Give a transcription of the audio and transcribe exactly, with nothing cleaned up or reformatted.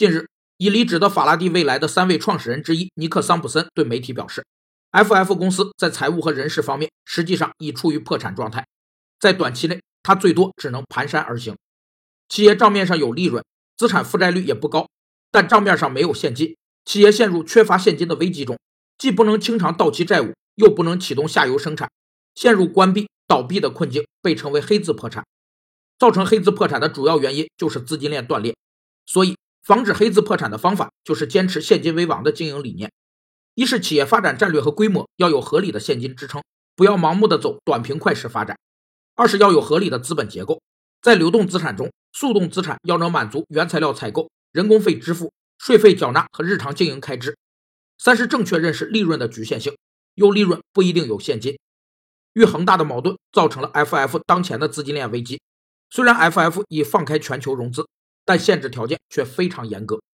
近日，已离职的法拉第未来的三位创始人之一尼克桑普森对媒体表示 ，F F 公司在财务和人事方面实际上已处于破产状态，在短期内，它最多只能蹒跚而行。企业账面上有利润，资产负债率也不高，但账面上没有现金，企业陷入缺乏现金的危机中，既不能清偿到期债务，又不能启动下游生产，陷入关闭、倒闭的困境，被称为黑字破产。造成黑字破产的主要原因就是资金链断裂，所以防止黑字破产的方法就是坚持现金为王的经营理念。一是企业发展战略和规模要有合理的现金支撑，不要盲目的走短平快式发展。二是要有合理的资本结构，在流动资产中，速动资产要能满足原材料采购、人工费支付、税费缴纳和日常经营开支。三是正确认识利润的局限性，有利润不一定有现金。与恒大的矛盾造成了 F F 当前的资金链危机。虽然 F F 已放开全球融资，但限制条件却非常严格。